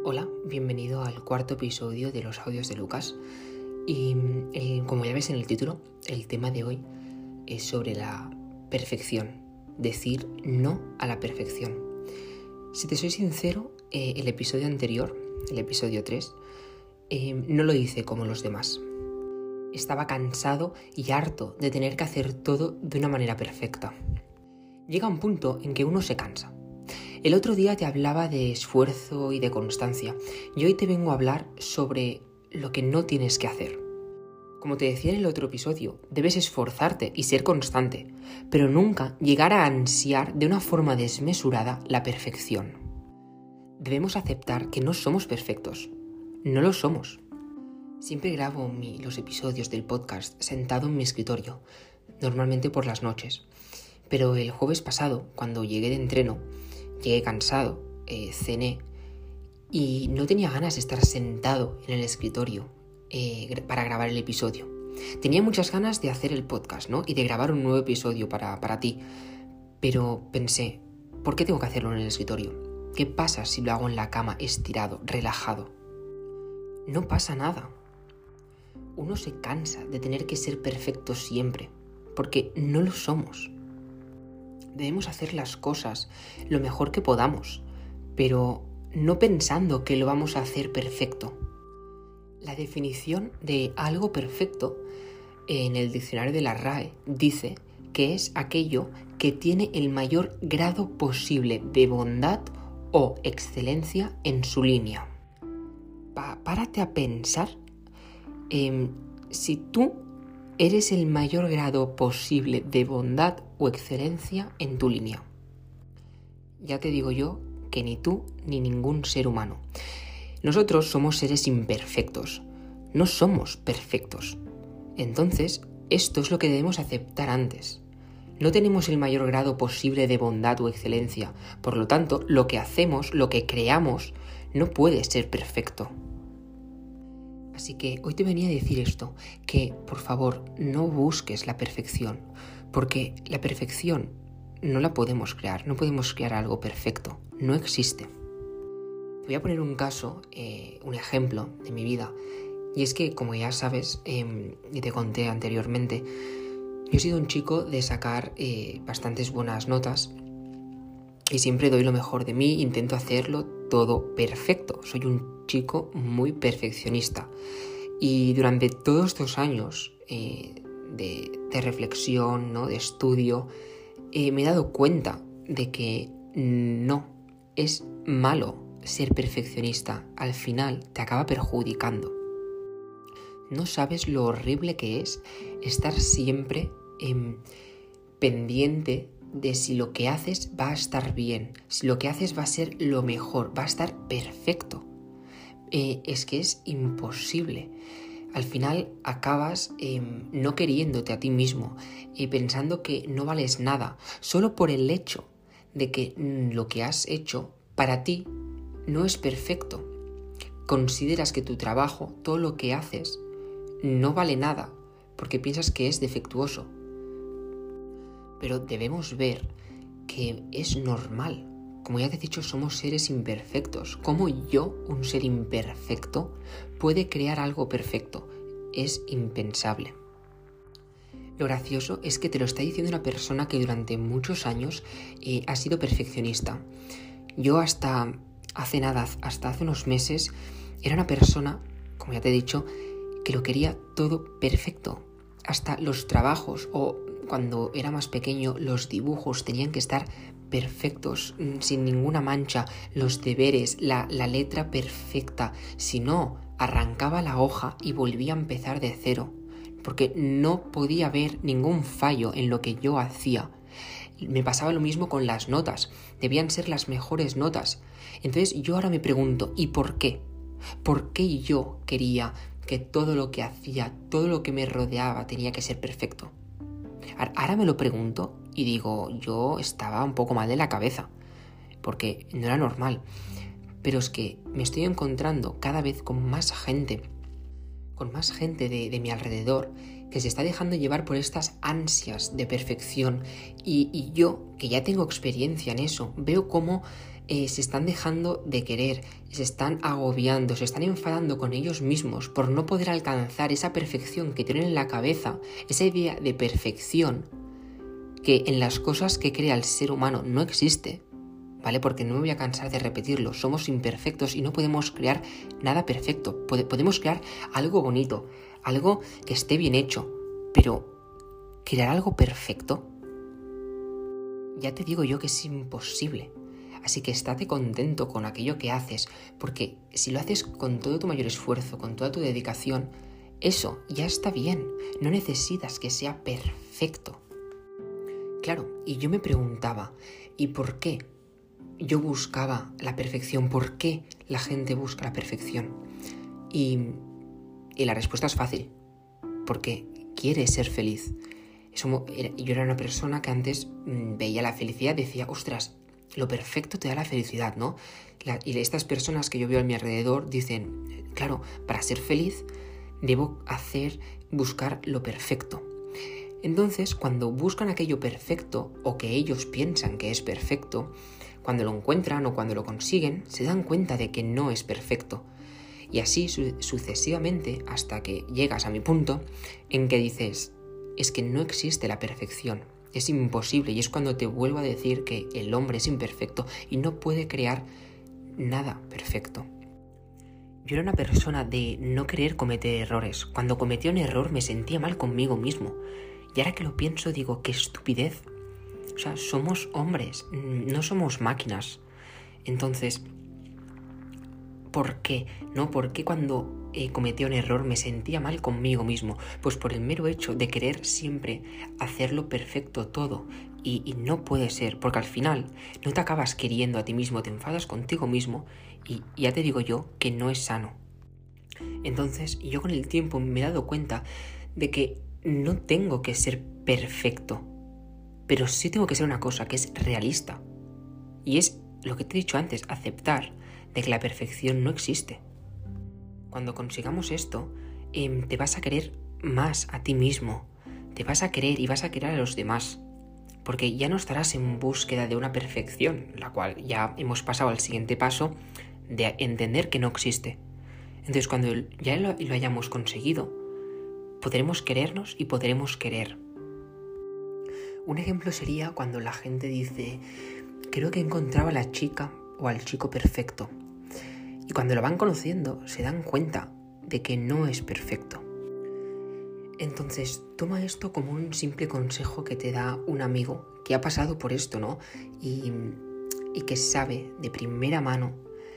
Hola, bienvenido al cuarto episodio de los audios de Lucas. Y como ya ves en el título, el tema de hoy es sobre la perfección, decir no a la perfección. Si te soy sincero, el episodio anterior, el episodio 3, no lo hice como los demás. Estaba cansado y harto de tener que hacer todo de una manera perfecta. Llega un punto en que uno se cansa. El otro día te hablaba de esfuerzo y de constancia, y hoy te vengo a hablar sobre lo que no tienes que hacer. Como te decía en el otro episodio, debes esforzarte y ser constante, pero nunca llegar a ansiar de una forma desmesurada la perfección. Debemos aceptar que no somos perfectos. No lo somos. Siempre grabo los episodios del podcast sentado en mi escritorio, normalmente por las noches. Pero el jueves pasado, cuando llegué de entreno, llegué cansado, cené y no tenía ganas de estar sentado en el escritorio para grabar el episodio. Tenía muchas ganas de hacer el podcast, ¿no? Y de grabar un nuevo episodio para ti. Pero pensé, ¿por qué tengo que hacerlo en el escritorio? ¿Qué pasa si lo hago en la cama, estirado, relajado? No pasa nada. Uno se cansa de tener que ser perfecto siempre, porque no lo somos. Debemos hacer las cosas lo mejor que podamos, pero no pensando que lo vamos a hacer perfecto. La definición de algo perfecto en el diccionario de la RAE dice que es aquello que tiene el mayor grado posible de bondad o excelencia en su línea. Párate a pensar si tú eres el mayor grado posible de bondad o excelencia en tu línea. Ya te digo yo que ni tú ni ningún ser humano. Nosotros somos seres imperfectos, no somos perfectos. Entonces, esto es lo que debemos aceptar antes. No tenemos el mayor grado posible de bondad o excelencia, por lo tanto, lo que hacemos, lo que creamos, no puede ser perfecto. Así que hoy te venía a decir esto, que por favor no busques la perfección, porque la perfección no la podemos crear, no podemos crear algo perfecto, no existe. Te voy a poner un caso, un ejemplo de mi vida, y es que como ya sabes, y te conté anteriormente, yo he sido un chico de sacar bastantes buenas notas y siempre doy lo mejor de mí, intento hacerlo todo perfecto. Soy un chico muy perfeccionista. Y durante todos estos años de reflexión, ¿no? De estudio, me he dado cuenta de que no es malo ser perfeccionista. Al final te acaba perjudicando. No sabes lo horrible que es estar siempre pendiente de si lo que haces va a estar bien, si lo que haces va a ser lo mejor, va a estar perfecto. Es que es imposible. Al final acabas no queriéndote a ti mismo, pensando que no vales nada, solo por el hecho de que lo que has hecho para ti no es perfecto. Consideras que tu trabajo, todo lo que haces, no vale nada, porque piensas que es defectuoso. Pero debemos ver que es normal. Como ya te he dicho, somos seres imperfectos. ¿Cómo yo, un ser imperfecto, puede crear algo perfecto? Es impensable. Lo gracioso es que te lo está diciendo una persona que durante muchos años ha sido perfeccionista. Yo hasta hace unos meses, era una persona, como ya te he dicho, que lo quería todo perfecto. Hasta los trabajos o cuando era más pequeño los dibujos tenían que estar perfectos, sin ninguna mancha, los deberes, la letra perfecta. Si no, arrancaba la hoja y volvía a empezar de cero, porque no podía haber ningún fallo en lo que yo hacía. Me pasaba lo mismo con las notas, debían ser las mejores notas. Entonces yo ahora me pregunto, ¿y por qué? ¿Por qué yo quería que todo lo que hacía, todo lo que me rodeaba tenía que ser perfecto? Ahora me lo pregunto y digo, yo estaba un poco mal de la cabeza, porque no era normal. Pero es que me estoy encontrando cada vez con más gente con más gente de mi alrededor que se está dejando llevar por estas ansias de perfección y yo, que ya tengo experiencia en eso, veo cómo se están dejando de querer, se están agobiando, se están enfadando con ellos mismos por no poder alcanzar esa perfección que tienen en la cabeza, esa idea de perfección que en las cosas que crea el ser humano no existe, ¿vale? Porque no me voy a cansar de repetirlo, somos imperfectos y no podemos crear nada perfecto, podemos crear algo bonito, algo que esté bien hecho, pero crear algo perfecto, ya te digo yo que es imposible. Así que estate contento con aquello que haces, porque si lo haces con todo tu mayor esfuerzo, con toda tu dedicación, eso ya está bien, no necesitas que sea perfecto. Claro, y yo me preguntaba, ¿y por qué yo buscaba la perfección? ¿Por qué la gente busca la perfección? Y la respuesta es fácil, porque quiere ser feliz. Yo era una persona que antes veía la felicidad y decía, ostras, lo perfecto te da la felicidad, ¿no? Y estas personas que yo veo a mi alrededor dicen, claro, para ser feliz debo buscar lo perfecto. Entonces, cuando buscan aquello perfecto o que ellos piensan que es perfecto, cuando lo encuentran o cuando lo consiguen, se dan cuenta de que no es perfecto. Y así sucesivamente hasta que llegas a mi punto en que dices, es que no existe la perfección. Es imposible, y es cuando te vuelvo a decir que el hombre es imperfecto y no puede crear nada perfecto. Yo era una persona de no querer cometer errores. Cuando cometía un error me sentía mal conmigo mismo. Y ahora que lo pienso digo, qué estupidez. O sea, somos hombres, no somos máquinas. Entonces, ¿por qué? ¿No? ¿Por qué cuando cometía un error me sentía mal conmigo mismo? Pues por el mero hecho de querer siempre hacerlo perfecto todo. Y no puede ser, porque al final no te acabas queriendo a ti mismo, te enfadas contigo mismo y ya te digo yo que no es sano. Entonces yo con el tiempo me he dado cuenta de que no tengo que ser perfecto, pero sí tengo que ser una cosa que es realista. Y es lo que te he dicho antes, aceptar de que la perfección no existe. Cuando consigamos esto, te vas a querer más a ti mismo, te vas a querer y vas a querer a los demás, porque ya no estarás en búsqueda de una perfección, la cual ya hemos pasado al siguiente paso de entender que no existe. Entonces, cuando ya lo hayamos conseguido, podremos querernos y podremos querer. Un ejemplo sería cuando la gente dice, creo que encontraba a la chica o al chico perfecto. Y cuando lo van conociendo, se dan cuenta de que no es perfecto. Entonces, toma esto como un simple consejo que te da un amigo que ha pasado por esto, ¿no? Y que sabe de primera mano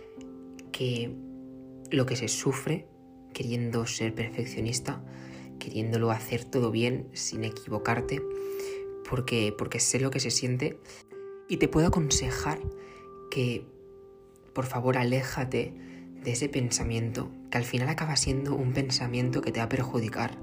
que lo que se sufre queriendo ser perfeccionista, queriéndolo hacer todo bien, sin equivocarte, porque sé lo que se siente, y te puedo aconsejar que, por favor, aléjate de ese pensamiento, que al final acaba siendo un pensamiento que te va a perjudicar.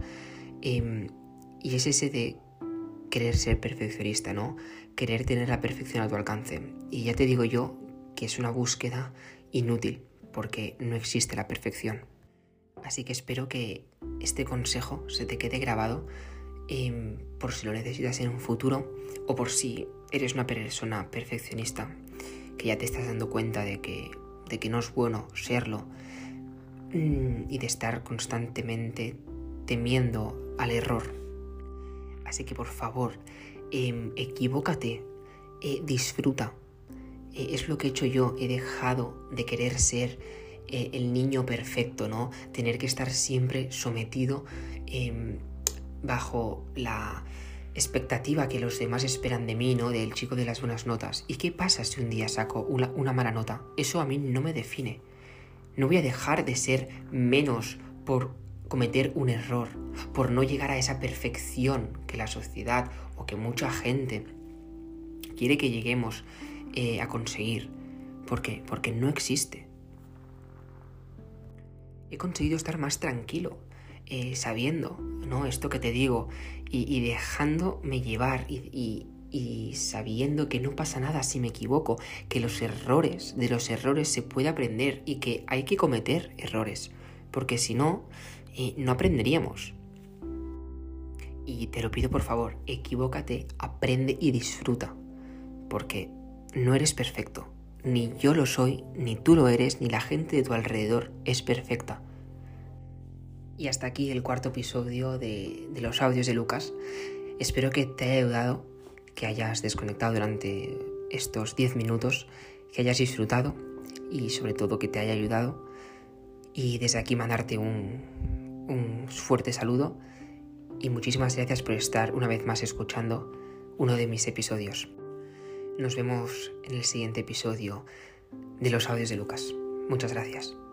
Y es ese de querer ser perfeccionista, ¿no? Querer tener la perfección a tu alcance. Y ya te digo yo que es una búsqueda inútil, porque no existe la perfección. Así que espero que este consejo se te quede grabado por si lo necesitas en un futuro o por si eres una persona perfeccionista que ya te estás dando cuenta de que no es bueno serlo y de estar constantemente temiendo al error. Así que por favor, equivócate, disfruta. Es lo que he hecho yo, he dejado de querer ser el niño perfecto, ¿no? Tener que estar siempre sometido bajo la expectativa que los demás esperan de mí, ¿no? Del chico de las buenas notas. ¿Y qué pasa si un día saco una mala nota? Eso a mí no me define. No voy a dejar de ser menos por cometer un error, por no llegar a esa perfección que la sociedad o que mucha gente quiere que lleguemos a conseguir. ¿Por qué? Porque no existe. He conseguido estar más tranquilo, sabiendo, ¿no? Esto que te digo, y dejándome llevar y sabiendo que no pasa nada si me equivoco, que de los errores se puede aprender y que hay que cometer errores, porque si no, no aprenderíamos. Y te lo pido por favor, equivócate, aprende y disfruta, porque no eres perfecto. Ni yo lo soy, ni tú lo eres, ni la gente de tu alrededor es perfecta. Y hasta aquí el cuarto episodio de los audios de Lucas. Espero que te haya ayudado, que hayas desconectado durante estos 10 minutos, que hayas disfrutado y sobre todo que te haya ayudado. Y desde aquí mandarte un fuerte saludo y muchísimas gracias por estar una vez más escuchando uno de mis episodios. Nos vemos en el siguiente episodio de los audios de Lucas. Muchas gracias.